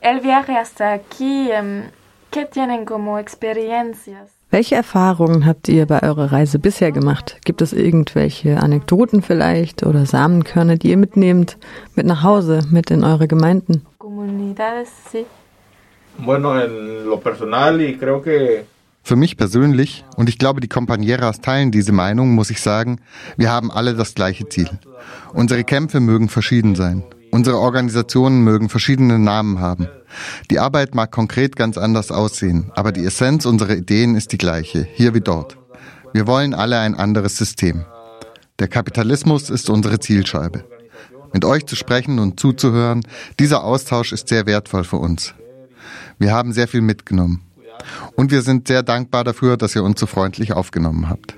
El viaje hasta aquí, ¿qué tienen como experiencias? Welche Erfahrungen habt ihr bei eurer Reise bisher gemacht? Gibt es irgendwelche Anekdoten vielleicht oder Samenkörner, die ihr mitnehmt, mit nach Hause, mit in eure Gemeinden? Comunidades, sí. Bueno, en lo personal y creo que Für mich persönlich, und ich glaube, die Compañeras teilen diese Meinung, muss ich sagen, wir haben alle das gleiche Ziel. Unsere Kämpfe mögen verschieden sein. Unsere Organisationen mögen verschiedene Namen haben. Die Arbeit mag konkret ganz anders aussehen, aber die Essenz unserer Ideen ist die gleiche, hier wie dort. Wir wollen alle ein anderes System. Der Kapitalismus ist unsere Zielscheibe. Mit euch zu sprechen und zuzuhören, dieser Austausch ist sehr wertvoll für uns. Wir haben sehr viel mitgenommen. Und wir sind sehr dankbar dafür, dass ihr uns so freundlich aufgenommen habt.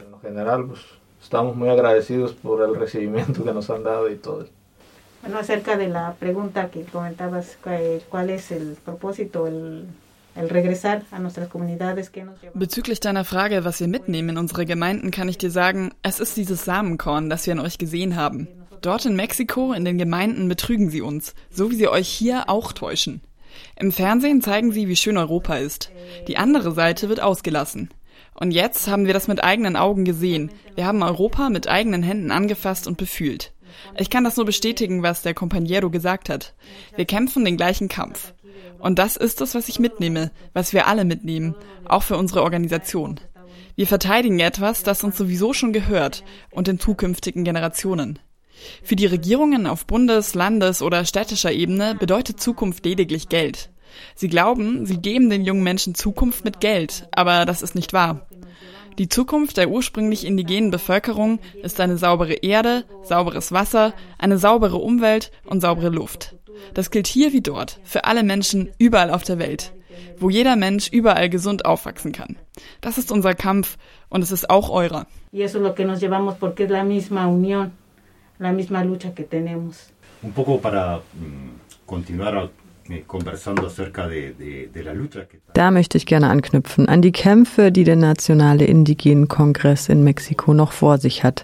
Bueno, acerca de la pregunta que comentabas, ¿cuál es el propósito, el regresar a nuestras comunidades? Bezüglich deiner Frage, was wir mitnehmen in unsere Gemeinden, kann ich dir sagen, es ist dieses Samenkorn, das wir in euch gesehen haben. Dort in Mexiko, in den Gemeinden, betrügen sie uns, so wie sie euch hier auch täuschen. Im Fernsehen zeigen sie, wie schön Europa ist. Die andere Seite wird ausgelassen. Und jetzt haben wir das mit eigenen Augen gesehen. Wir haben Europa mit eigenen Händen angefasst und befühlt. Ich kann das nur bestätigen, was der Compañero gesagt hat. Wir kämpfen den gleichen Kampf. Und das ist es, was ich mitnehme, was wir alle mitnehmen, auch für unsere Organisation. Wir verteidigen etwas, das uns sowieso schon gehört und den zukünftigen Generationen. Für die Regierungen auf Bundes-, Landes- oder städtischer Ebene bedeutet Zukunft lediglich Geld. Sie glauben, sie geben den jungen Menschen Zukunft mit Geld, aber das ist nicht wahr. Die Zukunft der ursprünglich indigenen Bevölkerung ist eine saubere Erde, sauberes Wasser, eine saubere Umwelt und saubere Luft. Das gilt hier wie dort, für alle Menschen überall auf der Welt, wo jeder Mensch überall gesund aufwachsen kann. Das ist unser Kampf und es ist auch eurer. Y eso es lo que nos llevamos porque es la misma unión, la misma lucha que tenemos. Un poco para continuar conversando acerca de la lucha. Da möchte ich gerne anknüpfen an die Kämpfe, die der Nationale Indigenen Kongress in Mexiko noch vor sich hat.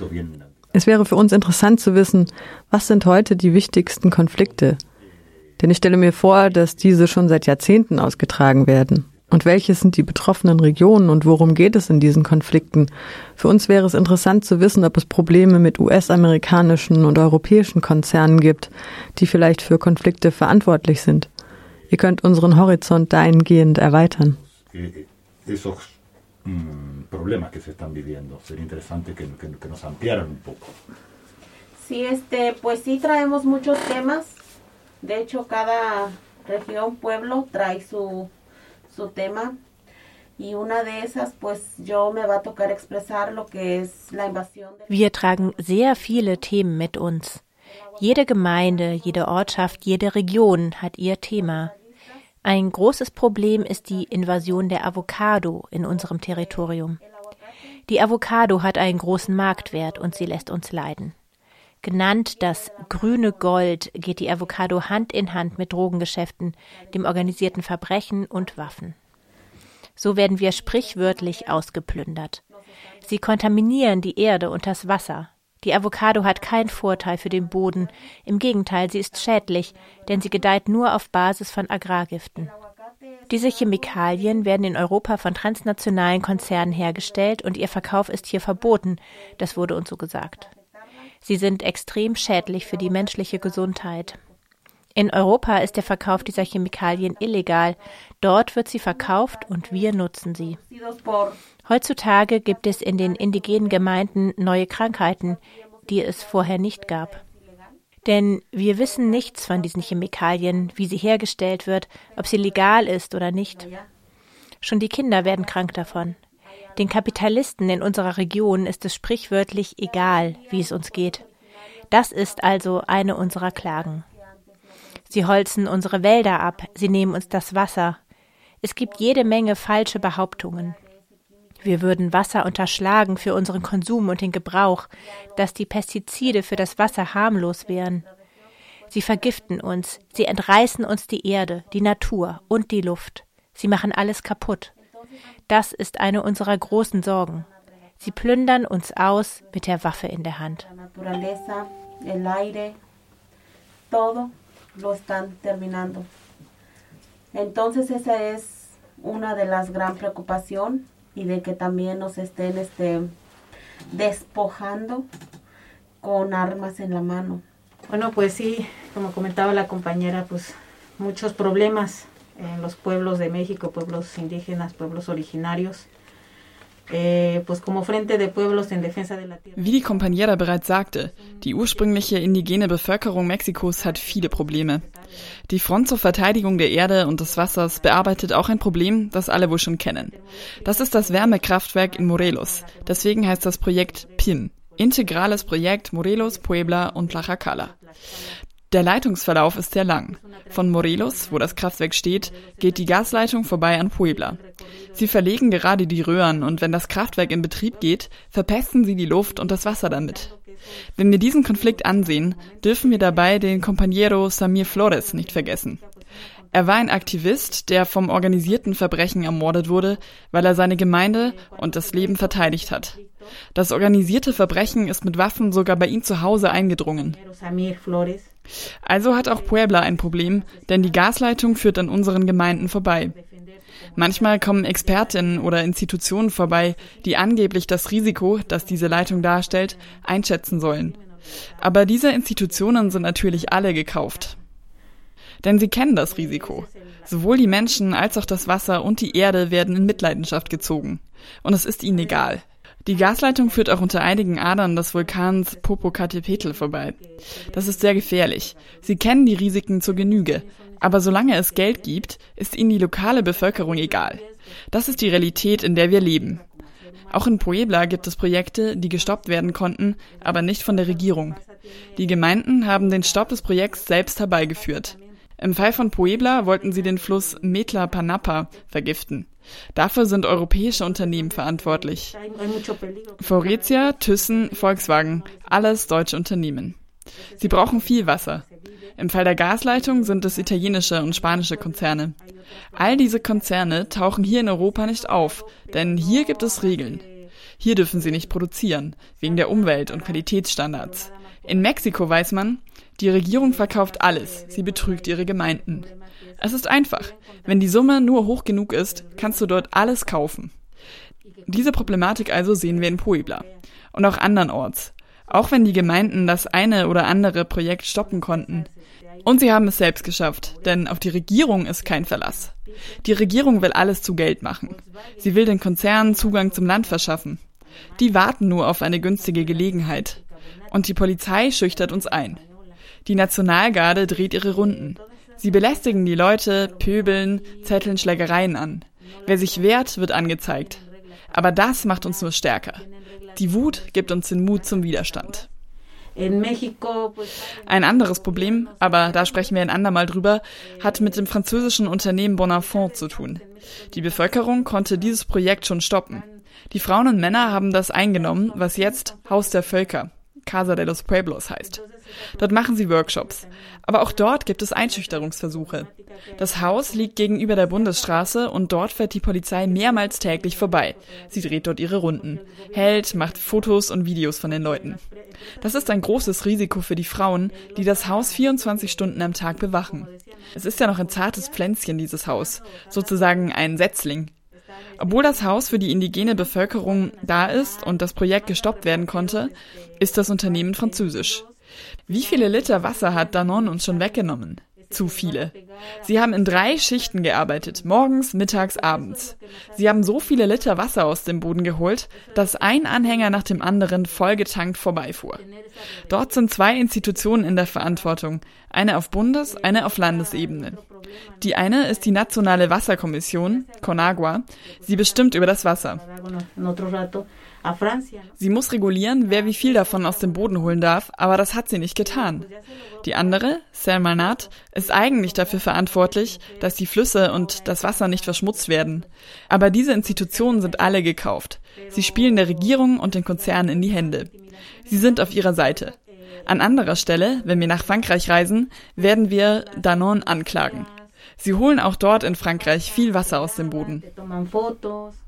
Es wäre für uns interessant zu wissen, was sind heute die wichtigsten Konflikte? Denn ich stelle mir vor, dass diese schon seit Jahrzehnten ausgetragen werden. Und welche sind die betroffenen Regionen und worum geht es in diesen Konflikten? Für uns wäre es interessant zu wissen, ob es Probleme mit US-amerikanischen und europäischen Konzernen gibt, die vielleicht für Konflikte verantwortlich sind. Ihr könnt unseren Horizont dahingehend erweitern. Esos problemas que se están viviendo, sería interesante que nos ampliaran un poco. Sí, pues sí traemos muchos temas. De hecho, cada región, pueblo trae su tema y una de esas, pues yo me va a tocar expresar lo que es la invasión. Wir tragen sehr viele Themen mit uns. Jede Gemeinde, jede Ortschaft, jede Region hat ihr Thema. Ein großes Problem ist die Invasion der Avocado in unserem Territorium. Die Avocado hat einen großen Marktwert und sie lässt uns leiden. Genannt das grüne Gold geht die Avocado Hand in Hand mit Drogengeschäften, dem organisierten Verbrechen und Waffen. So werden wir sprichwörtlich ausgeplündert. Sie kontaminieren die Erde und das Wasser. Die Avocado hat keinen Vorteil für den Boden. Im Gegenteil, sie ist schädlich, denn sie gedeiht nur auf Basis von Agrargiften. Diese Chemikalien werden in Europa von transnationalen Konzernen hergestellt und ihr Verkauf ist hier verboten. Das wurde uns so gesagt. Sie sind extrem schädlich für die menschliche Gesundheit. In Europa ist der Verkauf dieser Chemikalien illegal. Dort wird sie verkauft und wir nutzen sie. Heutzutage gibt es in den indigenen Gemeinden neue Krankheiten, die es vorher nicht gab. Denn wir wissen nichts von diesen Chemikalien, wie sie hergestellt wird, ob sie legal ist oder nicht. Schon die Kinder werden krank davon. Den Kapitalisten in unserer Region ist es sprichwörtlich egal, wie es uns geht. Das ist also eine unserer Klagen. Sie holzen unsere Wälder ab, sie nehmen uns das Wasser. Es gibt jede Menge falsche Behauptungen. Wir würden Wasser unterschlagen für unseren Konsum und den Gebrauch, dass die Pestizide für das Wasser harmlos wären. Sie vergiften uns, sie entreißen uns die Erde, die Natur und die Luft. Sie machen alles kaputt. Das ist eine unserer großen Sorgen. Sie plündern uns aus mit der Waffe in der Hand. Entonces esa es una de las gran preocupación y de que también nos estén despojando con armas en la mano. Bueno, pues sí, como comentaba la compañera, pues muchos problemas en los pueblos de México, pueblos indígenas, pueblos originarios, pues como Frente de Pueblos en Defensa de la Tierra. Wie die Compañera bereits sagte, die ursprüngliche indigene Bevölkerung Mexikos hat viele Probleme. Die Front zur Verteidigung der Erde und des Wassers bearbeitet auch ein Problem, das alle wohl schon kennen. Das ist das Wärmekraftwerk in Morelos. Deswegen heißt das Projekt PIM, Integrales Projekt Morelos, Puebla und Tlaxcala. Der Leitungsverlauf ist sehr lang. Von Morelos, wo das Kraftwerk steht, geht die Gasleitung vorbei an Puebla. Sie verlegen gerade die Röhren und wenn das Kraftwerk in Betrieb geht, verpesten sie die Luft und das Wasser damit. Wenn wir diesen Konflikt ansehen, dürfen wir dabei den Compañero Samir Flores nicht vergessen. Er war ein Aktivist, der vom organisierten Verbrechen ermordet wurde, weil er seine Gemeinde und das Leben verteidigt hat. Das organisierte Verbrechen ist mit Waffen sogar bei ihm zu Hause eingedrungen. Also hat auch Puebla ein Problem, denn die Gasleitung führt an unseren Gemeinden vorbei. Manchmal kommen Expertinnen oder Institutionen vorbei, die angeblich das Risiko, das diese Leitung darstellt, einschätzen sollen. Aber diese Institutionen sind natürlich alle gekauft. Denn sie kennen das Risiko. Sowohl die Menschen als auch das Wasser und die Erde werden in Mitleidenschaft gezogen. Und es ist ihnen egal. Die Gasleitung führt auch unter einigen Adern des Vulkans Popocatépetl vorbei. Das ist sehr gefährlich. Sie kennen die Risiken zur Genüge. Aber solange es Geld gibt, ist ihnen die lokale Bevölkerung egal. Das ist die Realität, in der wir leben. Auch in Puebla gibt es Projekte, die gestoppt werden konnten, aber nicht von der Regierung. Die Gemeinden haben den Stopp des Projekts selbst herbeigeführt. Im Fall von Puebla wollten sie den Fluss Metla-Panapa vergiften. Dafür sind europäische Unternehmen verantwortlich. Faurecia, Thyssen, Volkswagen, alles deutsche Unternehmen. Sie brauchen viel Wasser. Im Fall der Gasleitung sind es italienische und spanische Konzerne. All diese Konzerne tauchen hier in Europa nicht auf, denn hier gibt es Regeln. Hier dürfen sie nicht produzieren, wegen der Umwelt- und Qualitätsstandards. In Mexiko weiß man, die Regierung verkauft alles, sie betrügt ihre Gemeinden. Es ist einfach. Wenn die Summe nur hoch genug ist, kannst du dort alles kaufen. Diese Problematik also sehen wir in Puebla und auch andernorts. Auch wenn die Gemeinden das eine oder andere Projekt stoppen konnten. Und sie haben es selbst geschafft, denn auf die Regierung ist kein Verlass. Die Regierung will alles zu Geld machen. Sie will den Konzernen Zugang zum Land verschaffen. Die warten nur auf eine günstige Gelegenheit. Und die Polizei schüchtert uns ein. Die Nationalgarde dreht ihre Runden. Sie belästigen die Leute, pöbeln, zetteln Schlägereien an. Wer sich wehrt, wird angezeigt. Aber das macht uns nur stärker. Die Wut gibt uns den Mut zum Widerstand. Ein anderes Problem, aber da sprechen wir ein andermal drüber, hat mit dem französischen Unternehmen Bonafont zu tun. Die Bevölkerung konnte dieses Projekt schon stoppen. Die Frauen und Männer haben das eingenommen, was jetzt Haus der Völker, Casa de los Pueblos heißt. Dort machen sie Workshops. Aber auch dort gibt es Einschüchterungsversuche. Das Haus liegt gegenüber der Bundesstraße und dort fährt die Polizei mehrmals täglich vorbei. Sie dreht dort ihre Runden, hält, macht Fotos und Videos von den Leuten. Das ist ein großes Risiko für die Frauen, die das Haus 24 Stunden am Tag bewachen. Es ist ja noch ein zartes Pflänzchen, dieses Haus, sozusagen ein Setzling. Obwohl das Haus für die indigene Bevölkerung da ist und das Projekt gestoppt werden konnte, ist das Unternehmen französisch. Wie viele Liter Wasser hat Danone uns schon weggenommen? Zu viele. Sie haben in 3 Schichten gearbeitet, morgens, mittags, abends. Sie haben so viele Liter Wasser aus dem Boden geholt, dass ein Anhänger nach dem anderen vollgetankt vorbeifuhr. Dort sind 2 Institutionen in der Verantwortung, eine auf Bundes-, eine auf Landesebene. Die eine ist die Nationale Wasserkommission, CONAGUA. Sie bestimmt über das Wasser. Sie muss regulieren, wer wie viel davon aus dem Boden holen darf, aber das hat sie nicht getan. Die andere, Semarnat, ist eigentlich dafür verantwortlich, dass die Flüsse und das Wasser nicht verschmutzt werden. Aber diese Institutionen sind alle gekauft. Sie spielen der Regierung und den Konzernen in die Hände. Sie sind auf ihrer Seite. An anderer Stelle, wenn wir nach Frankreich reisen, werden wir Danone anklagen. Sie holen auch dort in Frankreich viel Wasser aus dem Boden.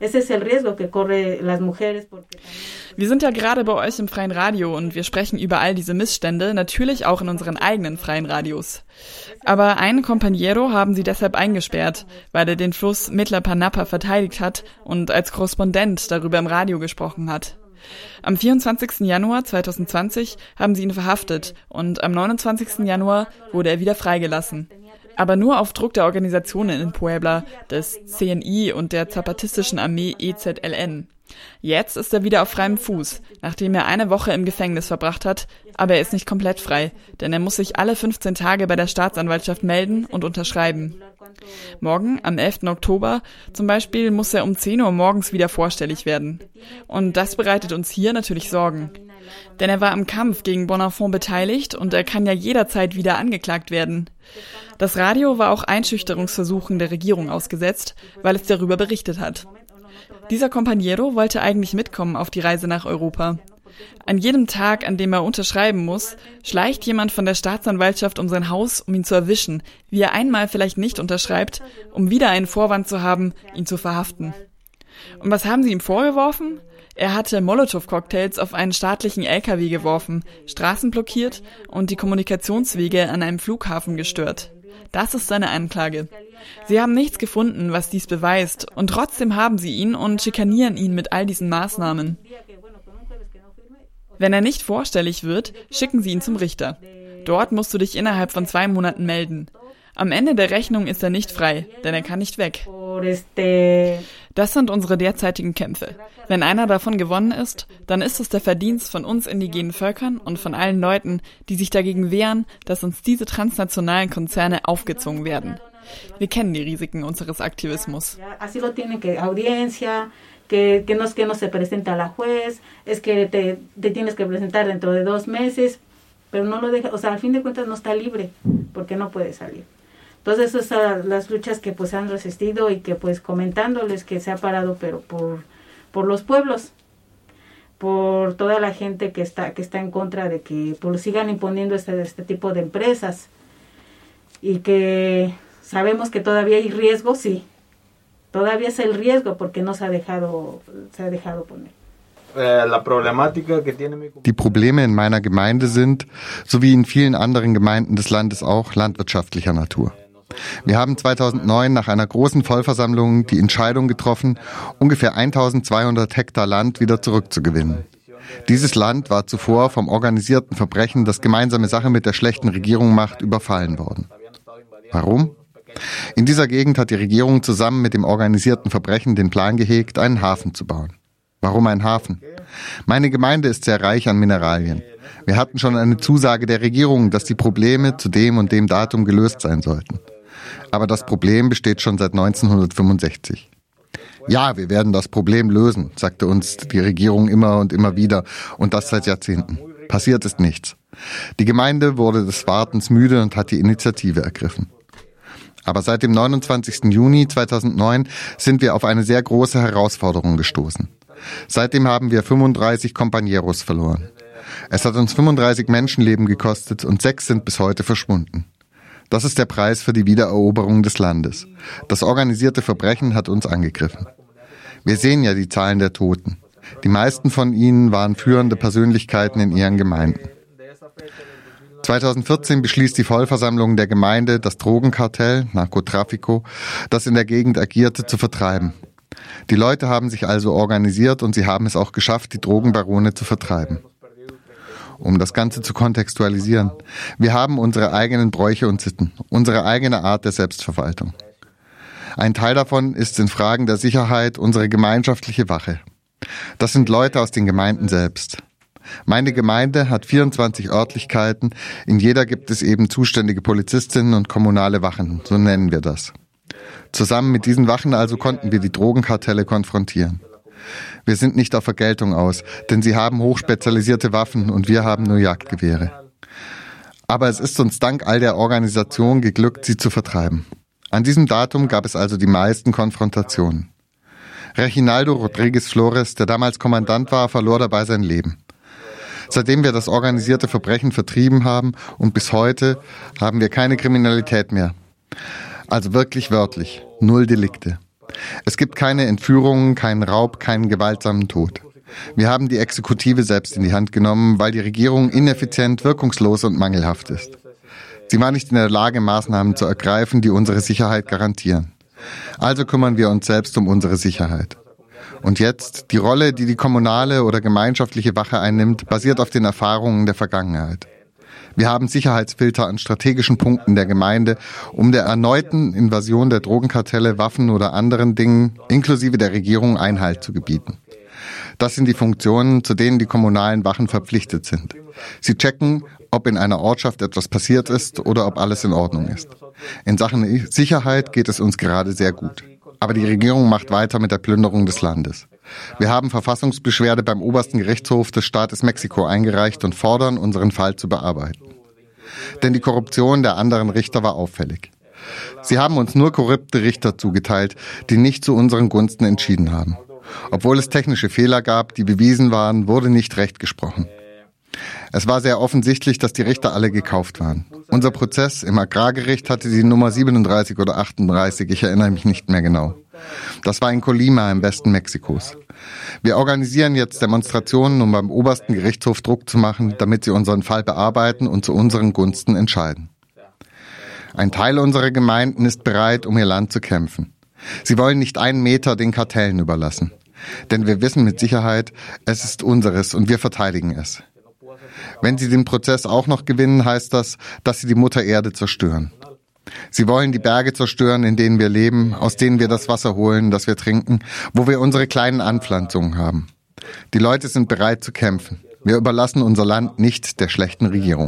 Ese es el riesgo que corre las mujeres. Wir sind ja gerade bei euch im Freien Radio und wir sprechen über all diese Missstände, natürlich auch in unseren eigenen freien Radios. Aber einen Compañero haben sie deshalb eingesperrt, weil er den Fluss Metla-Panapa verteidigt hat und als Korrespondent darüber im Radio gesprochen hat. Am 24. Januar 2020 haben sie ihn verhaftet und am 29. Januar wurde er wieder freigelassen. Aber nur auf Druck der Organisationen in Puebla, des CNI und der zapatistischen Armee EZLN. Jetzt ist er wieder auf freiem Fuß, nachdem er eine Woche im Gefängnis verbracht hat, aber er ist nicht komplett frei, denn er muss sich alle 15 Tage bei der Staatsanwaltschaft melden und unterschreiben. Morgen, am 11. Oktober, zum Beispiel, muss er um 10 Uhr morgens wieder vorstellig werden. Und das bereitet uns hier natürlich Sorgen. Denn er war am Kampf gegen Bonenfant beteiligt und er kann ja jederzeit wieder angeklagt werden. Das Radio war auch Einschüchterungsversuchen der Regierung ausgesetzt, weil es darüber berichtet hat. Dieser Compañero wollte eigentlich mitkommen auf die Reise nach Europa. An jedem Tag, an dem er unterschreiben muss, schleicht jemand von der Staatsanwaltschaft um sein Haus, um ihn zu erwischen, wie er einmal vielleicht nicht unterschreibt, um wieder einen Vorwand zu haben, ihn zu verhaften. Und was haben sie ihm vorgeworfen? Er hatte Molotow-Cocktails auf einen staatlichen LKW geworfen, Straßen blockiert und die Kommunikationswege an einem Flughafen gestört. Das ist seine Anklage. Sie haben nichts gefunden, was dies beweist, und trotzdem haben sie ihn und schikanieren ihn mit all diesen Maßnahmen. Wenn er nicht vorstellig wird, schicken sie ihn zum Richter. Dort musst du dich innerhalb von 2 Monaten melden. Am Ende der Rechnung ist er nicht frei, denn er kann nicht weg. Das sind unsere derzeitigen Kämpfe. Wenn einer davon gewonnen ist, dann ist es der Verdienst von uns indigenen Völkern und von allen Leuten, die sich dagegen wehren, dass uns diese transnationalen Konzerne aufgezwungen werden. Wir kennen die Risiken unseres Aktivismus. Que no se presenta a la juez, es que te tienes que presentar dentro de 2 meses, pero no lo deja, o sea, al fin de cuentas no está libre, porque no puede salir. Entonces esas son las luchas que pues han resistido y que pues comentándoles que se ha parado, pero por los pueblos, por toda la gente que está en contra de que pues sigan imponiendo este tipo de empresas y que sabemos que todavía hay riesgo, sí. Todavía es el riesgo porque no se ha dejado poner. Die Probleme in meiner Gemeinde sind, so wie in vielen anderen Gemeinden des Landes auch, landwirtschaftlicher Natur. Wir haben 2009 nach einer großen Vollversammlung die Entscheidung getroffen, ungefähr 1200 Hektar Land wieder zurückzugewinnen. Dieses Land war zuvor vom organisierten Verbrechen, das gemeinsame Sache mit der schlechten Regierung macht, überfallen worden. Warum? In dieser Gegend hat die Regierung zusammen mit dem organisierten Verbrechen den Plan gehegt, einen Hafen zu bauen. Warum ein Hafen? Meine Gemeinde ist sehr reich an Mineralien. Wir hatten schon eine Zusage der Regierung, dass die Probleme zu dem und dem Datum gelöst sein sollten. Aber das Problem besteht schon seit 1965. Ja, wir werden das Problem lösen, sagte uns die Regierung immer und immer wieder, und das seit Jahrzehnten. Passiert ist nichts. Die Gemeinde wurde des Wartens müde und hat die Initiative ergriffen. Aber seit dem 29. Juni 2009 sind wir auf eine sehr große Herausforderung gestoßen. Seitdem haben wir 35 Compañeros verloren. Es hat uns 35 Menschenleben gekostet und 6 sind bis heute verschwunden. Das ist der Preis für die Wiedereroberung des Landes. Das organisierte Verbrechen hat uns angegriffen. Wir sehen ja die Zahlen der Toten. Die meisten von ihnen waren führende Persönlichkeiten in ihren Gemeinden. 2014 beschließt die Vollversammlung der Gemeinde, das Drogenkartell, Narcotráfico, das in der Gegend agierte, zu vertreiben. Die Leute haben sich also organisiert und sie haben es auch geschafft, die Drogenbarone zu vertreiben. Um das Ganze zu kontextualisieren, wir haben unsere eigenen Bräuche und Sitten, unsere eigene Art der Selbstverwaltung. Ein Teil davon ist in Fragen der Sicherheit unsere gemeinschaftliche Wache. Das sind Leute aus den Gemeinden selbst. Meine Gemeinde hat 24 Örtlichkeiten, in jeder gibt es eben zuständige Polizistinnen und kommunale Wachen, so nennen wir das. Zusammen mit diesen Wachen also konnten wir die Drogenkartelle konfrontieren. Wir sind nicht auf Vergeltung aus, denn sie haben hochspezialisierte Waffen und wir haben nur Jagdgewehre. Aber es ist uns dank all der Organisation geglückt, sie zu vertreiben. An diesem Datum gab es also die meisten Konfrontationen. Reginaldo Rodríguez Flores, der damals Kommandant war, verlor dabei sein Leben. Seitdem wir das organisierte Verbrechen vertrieben haben und bis heute haben wir keine Kriminalität mehr. Also wirklich wörtlich, 0 Delikte. Es gibt keine Entführungen, keinen Raub, keinen gewaltsamen Tod. Wir haben die Exekutive selbst in die Hand genommen, weil die Regierung ineffizient, wirkungslos und mangelhaft ist. Sie war nicht in der Lage, Maßnahmen zu ergreifen, die unsere Sicherheit garantieren. Also kümmern wir uns selbst um unsere Sicherheit. Und jetzt, die Rolle, die die kommunale oder gemeinschaftliche Wache einnimmt, basiert auf den Erfahrungen der Vergangenheit. Wir haben Sicherheitsfilter an strategischen Punkten der Gemeinde, um der erneuten Invasion der Drogenkartelle, Waffen oder anderen Dingen, inklusive der Regierung, Einhalt zu gebieten. Das sind die Funktionen, zu denen die kommunalen Wachen verpflichtet sind. Sie checken, ob in einer Ortschaft etwas passiert ist oder ob alles in Ordnung ist. In Sachen Sicherheit geht es uns gerade sehr gut. Aber die Regierung macht weiter mit der Plünderung des Landes. Wir haben Verfassungsbeschwerde beim obersten Gerichtshof des Staates Mexiko eingereicht und fordern, unseren Fall zu bearbeiten. Denn die Korruption der anderen Richter war auffällig. Sie haben uns nur korrupte Richter zugeteilt, die nicht zu unseren Gunsten entschieden haben. Obwohl es technische Fehler gab, die bewiesen waren, wurde nicht Recht gesprochen. Es war sehr offensichtlich, dass die Richter alle gekauft waren. Unser Prozess im Agrargericht hatte die Nummer 37 oder 38, ich erinnere mich nicht mehr genau. Das war in Colima im Westen Mexikos. Wir organisieren jetzt Demonstrationen, um beim obersten Gerichtshof Druck zu machen, damit sie unseren Fall bearbeiten und zu unseren Gunsten entscheiden. Ein Teil unserer Gemeinden ist bereit, um ihr Land zu kämpfen. Sie wollen nicht einen Meter den Kartellen überlassen. Denn wir wissen mit Sicherheit, es ist unseres und wir verteidigen es. Wenn sie den Prozess auch noch gewinnen, heißt das, dass sie die Mutter Erde zerstören. Sie wollen die Berge zerstören, in denen wir leben, aus denen wir das Wasser holen, das wir trinken, wo wir unsere kleinen Anpflanzungen haben. Die Leute sind bereit zu kämpfen. Wir überlassen unser Land nicht der schlechten Regierung.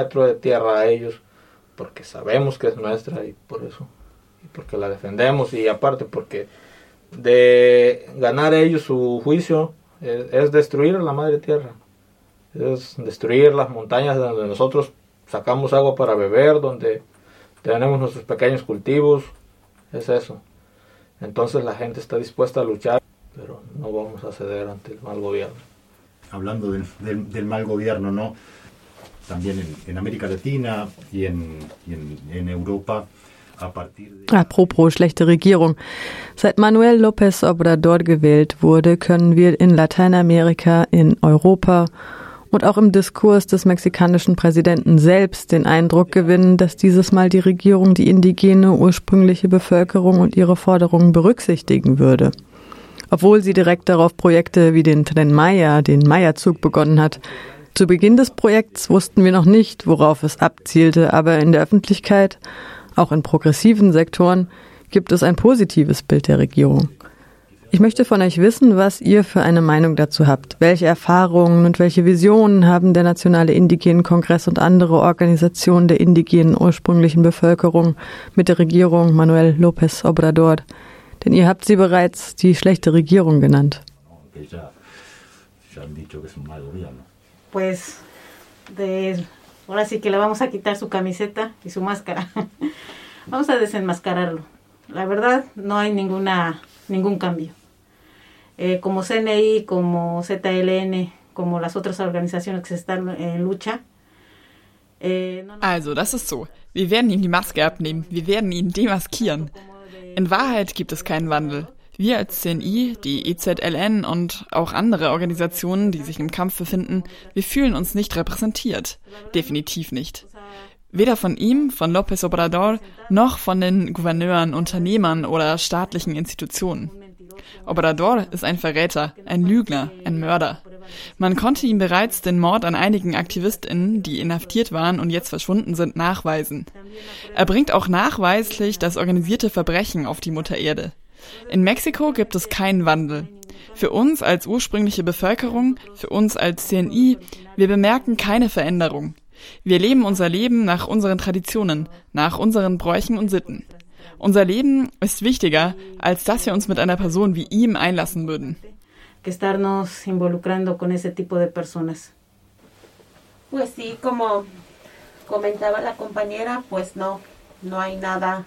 De ganar ellos su juicio es destruir la madre tierra, es destruir las montañas donde nosotros sacamos agua para beber, donde tenemos nuestros pequeños cultivos, es eso. Entonces la gente está dispuesta a luchar, pero no vamos a ceder ante el mal gobierno. Hablando del mal gobierno, ¿no? También en América Latina y en Europa. Apropos schlechte Regierung. Seit Manuel López Obrador gewählt wurde, können wir in Lateinamerika, in Europa und auch im Diskurs des mexikanischen Präsidenten selbst den Eindruck gewinnen, dass dieses Mal die Regierung die indigene ursprüngliche Bevölkerung und ihre Forderungen berücksichtigen würde. Obwohl sie direkt darauf Projekte wie den Tren Maya, den Maya-Zug begonnen hat. Zu Beginn des Projekts wussten wir noch nicht, worauf es abzielte, aber in der Öffentlichkeit, auch in progressiven Sektoren, gibt es ein positives Bild der Regierung. Ich möchte von euch wissen, was ihr für eine Meinung dazu habt. Welche Erfahrungen und welche Visionen haben der Nationale Indigenen Kongress und andere Organisationen der indigenen ursprünglichen Bevölkerung mit der Regierung Manuel López Obrador? Denn ihr habt sie bereits die schlechte Regierung genannt. Pues, ahora sí que le vamos a quitar su camiseta y su máscara. Vamos a desenmascararlo. La verdad, no hay ningún cambio. Como CNI, como ZLN, como las otras organizaciones que están en lucha. Also, das ist so. Wir werden ihm die Maske abnehmen. Wir werden ihn demaskieren. In Wahrheit gibt es keinen Wandel. Wir als CNI, die EZLN und auch andere Organisationen, die sich im Kampf befinden, wir fühlen uns nicht repräsentiert. Definitiv nicht. Weder von ihm, von López Obrador, noch von den Gouverneuren, Unternehmern oder staatlichen Institutionen. Obrador ist ein Verräter, ein Lügner, ein Mörder. Man konnte ihm bereits den Mord an einigen AktivistInnen, die inhaftiert waren und jetzt verschwunden sind, nachweisen. Er bringt auch nachweislich das organisierte Verbrechen auf die Mutter Erde. In Mexiko gibt es keinen Wandel. Für uns als ursprüngliche Bevölkerung, für uns als CNI, wir bemerken keine Veränderung. Wir leben unser Leben nach unseren Traditionen, nach unseren Bräuchen und Sitten. Unser Leben ist wichtiger, als dass wir uns mit einer Person wie ihm einlassen würden. Que estarnos involucrando con ese tipo de personas. Pues sí, como comentaba la compañera, pues no hay nada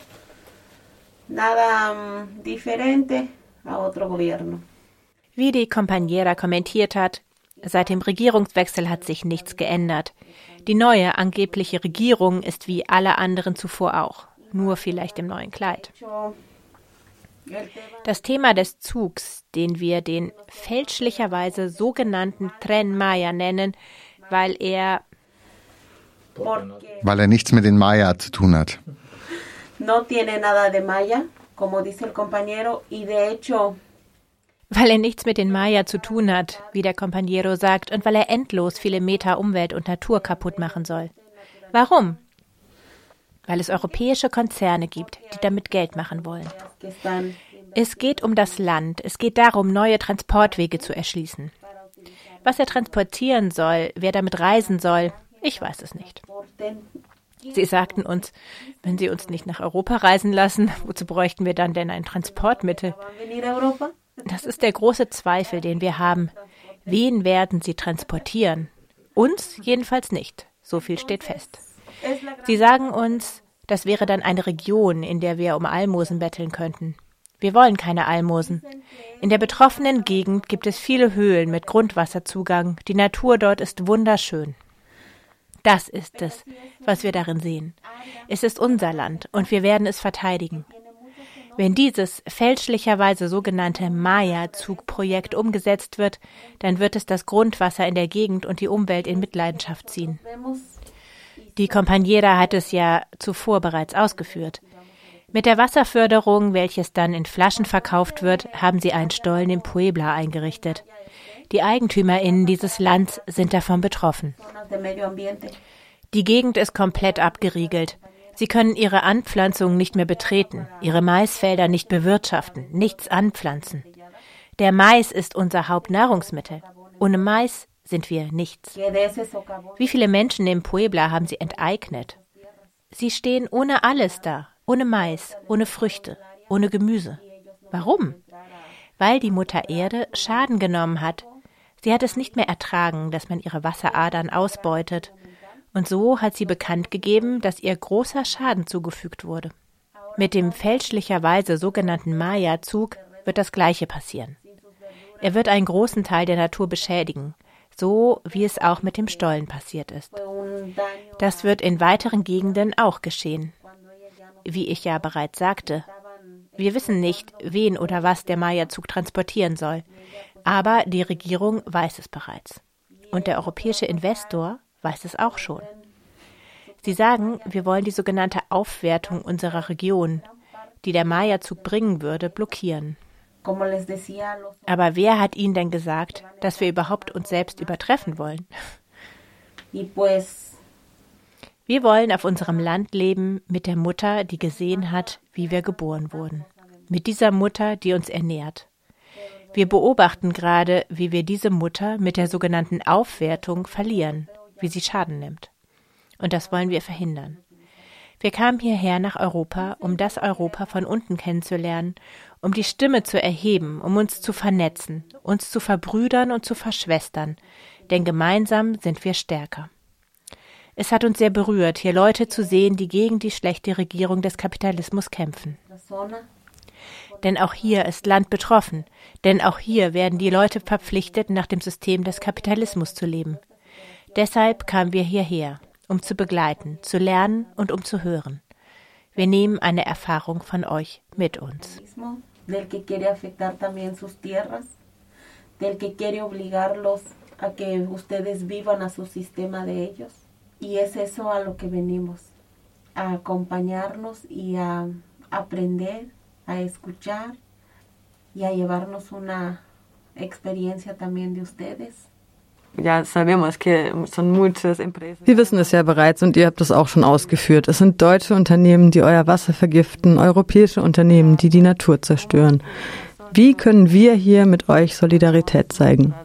diferente a otro gobierno. Wie die Compañera kommentiert hat, seit dem Regierungswechsel hat sich nichts geändert. Die neue angebliche Regierung ist wie alle anderen zuvor auch, nur vielleicht im neuen Kleid. Das Thema des Zugs, den wir den fälschlicherweise sogenannten Tren Maya nennen, weil er nichts mit den Maya zu tun hat. No tiene nada de Maya, como dice el compañero, y de hecho weil er nichts mit den Maya zu tun hat, wie der Compañero sagt, und weil er endlos viele Meter Umwelt und Natur kaputt machen soll. Warum? Weil es europäische Konzerne gibt, die damit Geld machen wollen. Es geht um das Land, es geht darum, neue Transportwege zu erschließen. Was er transportieren soll, wer damit reisen soll, ich weiß es nicht. Sie sagten uns, wenn sie uns nicht nach Europa reisen lassen, wozu bräuchten wir dann denn ein Transportmittel? Das ist der große Zweifel, den wir haben. Wen werden sie transportieren? Uns jedenfalls nicht. So viel steht fest. Sie sagen uns, das wäre dann eine Region, in der wir um Almosen betteln könnten. Wir wollen keine Almosen. In der betroffenen Gegend gibt es viele Höhlen mit Grundwasserzugang. Die Natur dort ist wunderschön. Das ist es, was wir darin sehen. Es ist unser Land und wir werden es verteidigen. Wenn dieses fälschlicherweise sogenannte Maya-Zugprojekt umgesetzt wird, dann wird es das Grundwasser in der Gegend und die Umwelt in Mitleidenschaft ziehen. Die Compañera hat es ja zuvor bereits ausgeführt. Mit der Wasserförderung, welches dann in Flaschen verkauft wird, haben sie einen Stollen in Puebla eingerichtet. Die EigentümerInnen dieses Landes sind davon betroffen. Die Gegend ist komplett abgeriegelt. Sie können ihre Anpflanzungen nicht mehr betreten, ihre Maisfelder nicht bewirtschaften, nichts anpflanzen. Der Mais ist unser Hauptnahrungsmittel. Ohne Mais sind wir nichts. Wie viele Menschen in Puebla haben sie enteignet? Sie stehen ohne alles da, ohne Mais, ohne Früchte, ohne Gemüse. Warum? Weil die Mutter Erde Schaden genommen hat. Sie hat es nicht mehr ertragen, dass man ihre Wasseradern ausbeutet. Und so hat sie bekannt gegeben, dass ihr großer Schaden zugefügt wurde. Mit dem fälschlicherweise sogenannten Maya-Zug wird das Gleiche passieren. Er wird einen großen Teil der Natur beschädigen, so wie es auch mit dem Stollen passiert ist. Das wird in weiteren Gegenden auch geschehen. Wie ich ja bereits sagte, wir wissen nicht, wen oder was der Maya-Zug transportieren soll, aber die Regierung weiß es bereits. Und der europäische Investor weiß es auch schon. Sie sagen, wir wollen die sogenannte Aufwertung unserer Region, die der Maya-Zug bringen würde, blockieren. Aber wer hat Ihnen denn gesagt, dass wir überhaupt uns selbst übertreffen wollen? Wir wollen auf unserem Land leben mit der Mutter, die gesehen hat, wie wir geboren wurden. Mit dieser Mutter, die uns ernährt. Wir beobachten gerade, wie wir diese Mutter mit der sogenannten Aufwertung verlieren, wie sie Schaden nimmt. Und das wollen wir verhindern. Wir kamen hierher nach Europa, um das Europa von unten kennenzulernen, um die Stimme zu erheben, um uns zu vernetzen, uns zu verbrüdern und zu verschwestern, denn gemeinsam sind wir stärker. Es hat uns sehr berührt, hier Leute zu sehen, die gegen die schlechte Regierung des Kapitalismus kämpfen. Denn auch hier ist Land betroffen, denn auch hier werden die Leute verpflichtet, nach dem System des Kapitalismus zu leben. Deshalb kamen wir hierher, um zu begleiten, zu lernen und um zu hören. Wir nehmen eine Erfahrung von euch mit uns. Del que quiere afectar también sus tierras, del que quiere obligarlos a que ustedes vivan a su sistema de ellos. Y es eso a lo que venimos, a acompañarnos y a aprender, a escuchar y a llevarnos una experiencia también de ustedes. Wir wissen es ja bereits und ihr habt es auch schon ausgeführt. Es sind deutsche Unternehmen, die euer Wasser vergiften, europäische Unternehmen, die die Natur zerstören. Wie können wir hier mit euch Solidarität zeigen?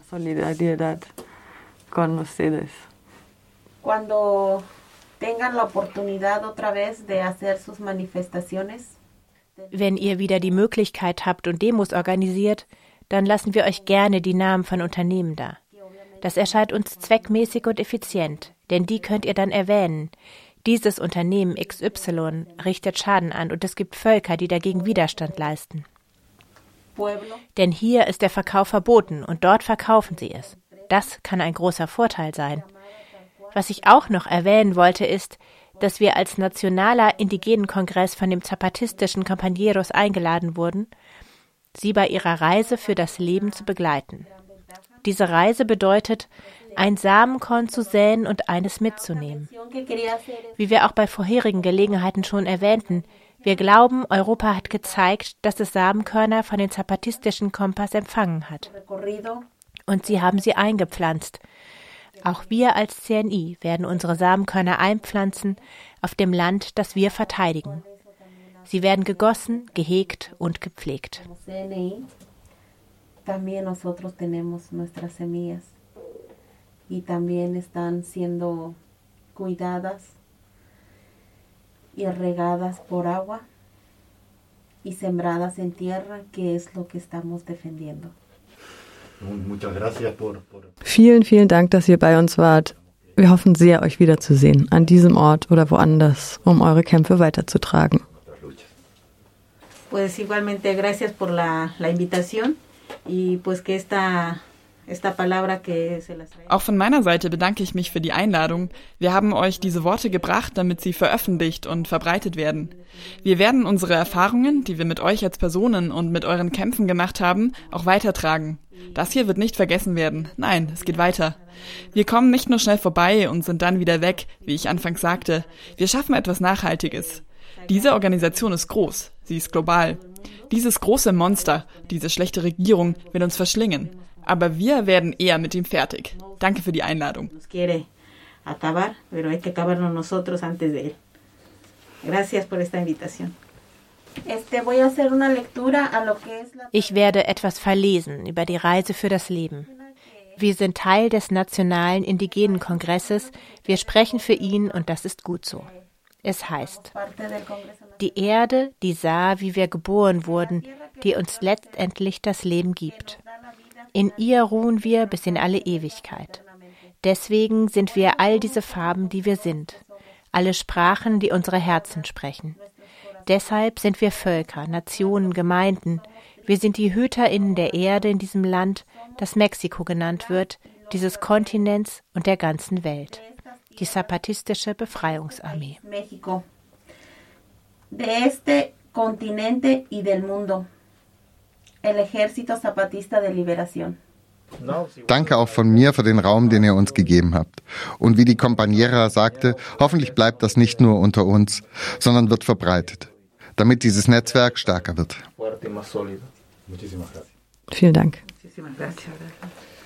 Cuando tengan la oportunidad otra vez de hacer sus manifestaciones. Wenn ihr wieder die Möglichkeit habt und Demos organisiert, dann lassen wir euch gerne die Namen von Unternehmen da. Das erscheint uns zweckmäßig und effizient, denn die könnt ihr dann erwähnen. Dieses Unternehmen XY richtet Schaden an und es gibt Völker, die dagegen Widerstand leisten. Denn hier ist der Verkauf verboten und dort verkaufen sie es. Das kann ein großer Vorteil sein. Was ich auch noch erwähnen wollte ist, dass wir als nationaler Indigenenkongress von dem zapatistischen Compañeros eingeladen wurden, sie bei ihrer Reise für das Leben zu begleiten. Diese Reise bedeutet, ein Samenkorn zu säen und eines mitzunehmen. Wie wir auch bei vorherigen Gelegenheiten schon erwähnten, wir glauben, Europa hat gezeigt, dass es Samenkörner von den zapatistischen Kompas empfangen hat. Und sie haben sie eingepflanzt. Auch wir als CNI werden unsere Samenkörner einpflanzen auf dem Land, das wir verteidigen. Sie werden gegossen, gehegt und gepflegt. También nosotros tenemos nuestras semillas y también están siendo cuidadas y regadas por agua y sembradas en tierra, que es lo que estamos defendiendo. Vielen, vielen Dank, dass ihr bei uns wart. Wir hoffen sehr, euch wiederzusehen, an diesem Ort oder woanders, um eure Kämpfe weiterzutragen. Pues igualmente gracias por la invitación. Auch von meiner Seite bedanke ich mich für die Einladung. Wir haben euch diese Worte gebracht, damit sie veröffentlicht und verbreitet werden. Wir werden unsere Erfahrungen, die wir mit euch als Personen und mit euren Kämpfen gemacht haben, auch weitertragen. Das hier wird nicht vergessen werden. Nein, es geht weiter. Wir kommen nicht nur schnell vorbei und sind dann wieder weg, wie ich anfangs sagte. Wir schaffen etwas Nachhaltiges. Diese Organisation ist groß, sie ist global. Dieses große Monster, diese schlechte Regierung, will uns verschlingen. Aber wir werden eher mit ihm fertig. Danke für die Einladung. Ich werde etwas verlesen über die Reise für das Leben. Wir sind Teil des Nationalen Indigenenkongresses. Wir sprechen für ihn und das ist gut so. Es heißt, die Erde, die sah, wie wir geboren wurden, die uns letztendlich das Leben gibt. In ihr ruhen wir bis in alle Ewigkeit. Deswegen sind wir all diese Farben, die wir sind, alle Sprachen, die unsere Herzen sprechen. Deshalb sind wir Völker, Nationen, Gemeinden. Wir sind die HüterInnen der Erde in diesem Land, das Mexiko genannt wird, dieses Kontinents und der ganzen Welt. Die zapatistische Befreiungsarmee. México, de este continente y del mundo. El Ejército Zapatista de Liberación. Danke auch von mir für den Raum, den ihr uns gegeben habt. Und wie die Compañera sagte, hoffentlich bleibt das nicht nur unter uns, sondern wird verbreitet, damit dieses Netzwerk stärker wird. Vielen Dank. Muchísimas gracias.